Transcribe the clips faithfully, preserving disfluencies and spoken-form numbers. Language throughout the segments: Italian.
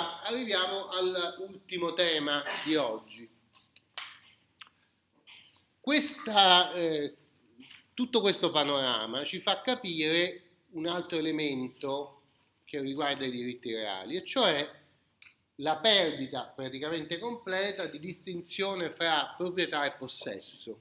Ora arriviamo all'ultimo tema di oggi. Questa, eh, tutto questo panorama ci fa capire un altro elemento che riguarda i diritti reali, e cioè la perdita praticamente completa di distinzione fra proprietà e possesso.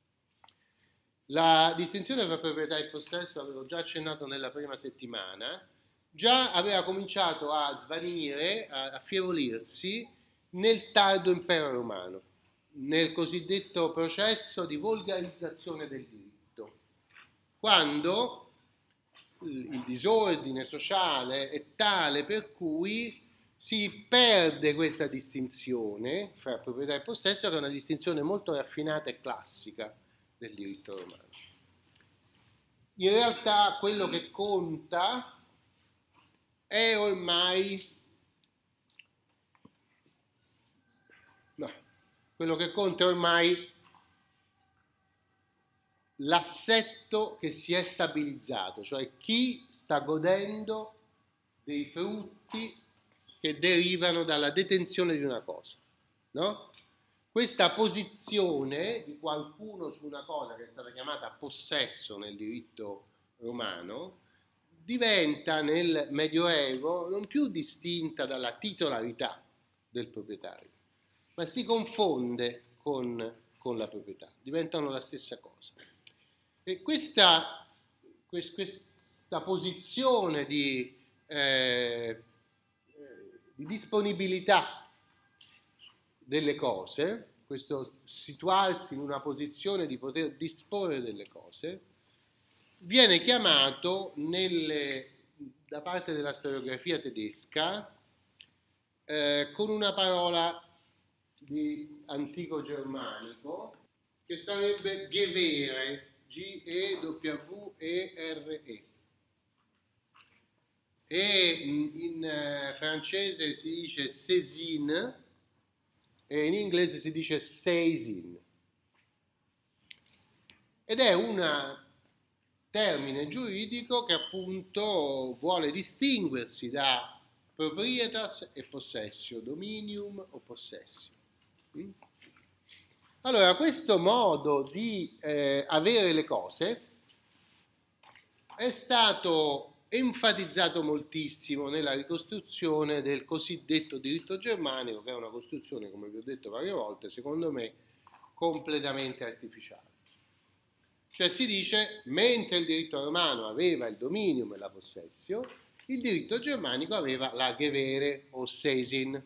La distinzione tra proprietà e possesso, avevo già accennato nella prima settimana, già aveva cominciato a svanire, a affievolirsi nel tardo impero romano, nel cosiddetto processo di volgarizzazione del diritto, quando il disordine sociale è tale per cui si perde questa distinzione fra proprietà e possesso, che è una distinzione molto raffinata e classica del diritto romano. In realtà quello che conta è ormai no, quello che conta è ormai l'assetto che si è stabilizzato, cioè chi sta godendo dei frutti che derivano dalla detenzione di una cosa, no? Questa posizione di qualcuno su una cosa, che è stata chiamata possesso nel diritto romano, diventa nel Medioevo non più distinta dalla titolarità del proprietario, ma si confonde con, con la proprietà, diventano la stessa cosa. E questa, questa posizione di, eh, di disponibilità delle cose, questo situarsi in una posizione di poter disporre delle cose, viene chiamato nelle, da parte della storiografia tedesca eh, con una parola di antico germanico che sarebbe Gewehre, G E W E R E, e in, in uh, francese si dice saisine e in inglese si dice seisin, ed è un termine giuridico che appunto vuole distinguersi da proprietas e possessio, dominium o possessio. Mm? Allora, questo modo di eh, avere le cose è stato enfatizzato moltissimo nella ricostruzione del cosiddetto diritto germanico, che è una costruzione, come vi ho detto varie volte, secondo me completamente artificiale. Cioè si dice, mentre il diritto romano aveva il dominium e la possessio, il diritto germanico aveva la Gewehre o Seisin.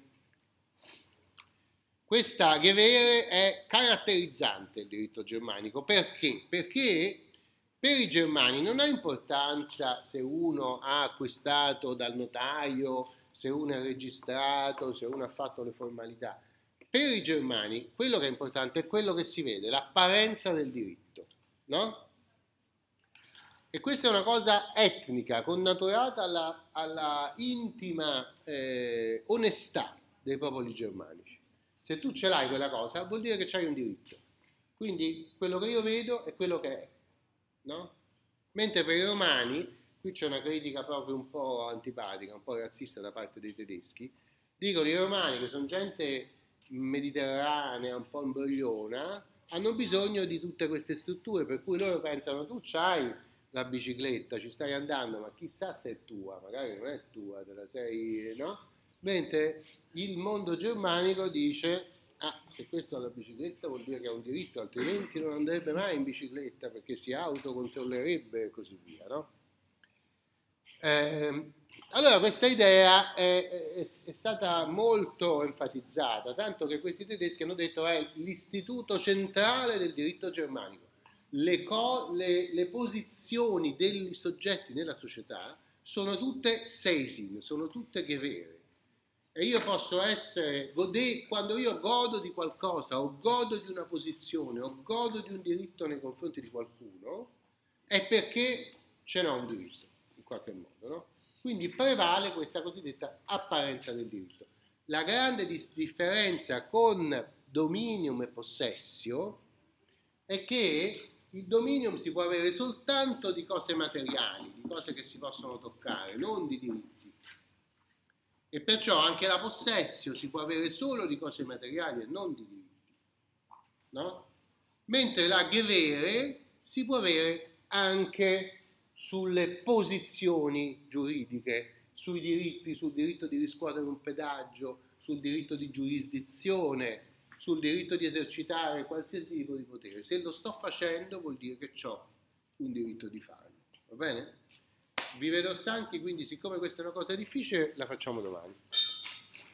Questa Gewehre è caratterizzante del diritto germanico. Perché? Perché per i germani non ha importanza se uno ha acquistato dal notaio, se uno è registrato, se uno ha fatto le formalità. Per i germani quello che è importante è quello che si vede, l'apparenza del diritto, no? E questa è una cosa etnica, connaturata alla, alla intima eh, onestà dei popoli germanici. Se tu ce l'hai quella cosa, vuol dire che c'hai un diritto. Quindi quello che io vedo è quello che è, no? Mentre per i romani, qui c'è una critica proprio un po' antipatica, un po' razzista da parte dei tedeschi, dicono i romani, che sono gente mediterranea, un po' imbrogliona, hanno bisogno di tutte queste strutture, per cui loro pensano, tu c'hai la bicicletta, ci stai andando, ma chissà se è tua, magari non è tua, te la sei, no? Mentre il mondo germanico dice, ah, se questo ha la bicicletta vuol dire che ha un diritto, altrimenti non andrebbe mai in bicicletta perché si autocontrollerebbe e così via, no? Eh, allora questa idea è, è, è stata molto enfatizzata, tanto che questi tedeschi hanno detto è l'istituto centrale del diritto germanico. Le, co- le, le posizioni dei soggetti nella società sono tutte Seisin, sono tutte Gewehre. E io posso essere, gode, quando io godo di qualcosa, o godo di una posizione, o godo di un diritto nei confronti di qualcuno, è perché ce n'ho un diritto, in qualche modo, no? Quindi prevale questa cosiddetta apparenza del diritto. La grande dis- differenza con dominium e possessio è che il dominium si può avere soltanto di cose materiali, di cose che si possono toccare, non di diritti. E perciò anche la possessio si può avere solo di cose materiali e non di diritti, no? Mentre la Gewere si può avere anche sulle posizioni giuridiche, sui diritti, sul diritto di riscuotere un pedaggio, sul diritto di giurisdizione, sul diritto di esercitare qualsiasi tipo di potere. Se lo sto facendo vuol dire che ho un diritto di farlo, va bene? Vi vedo stanchi, quindi siccome questa è una cosa difficile, la facciamo domani.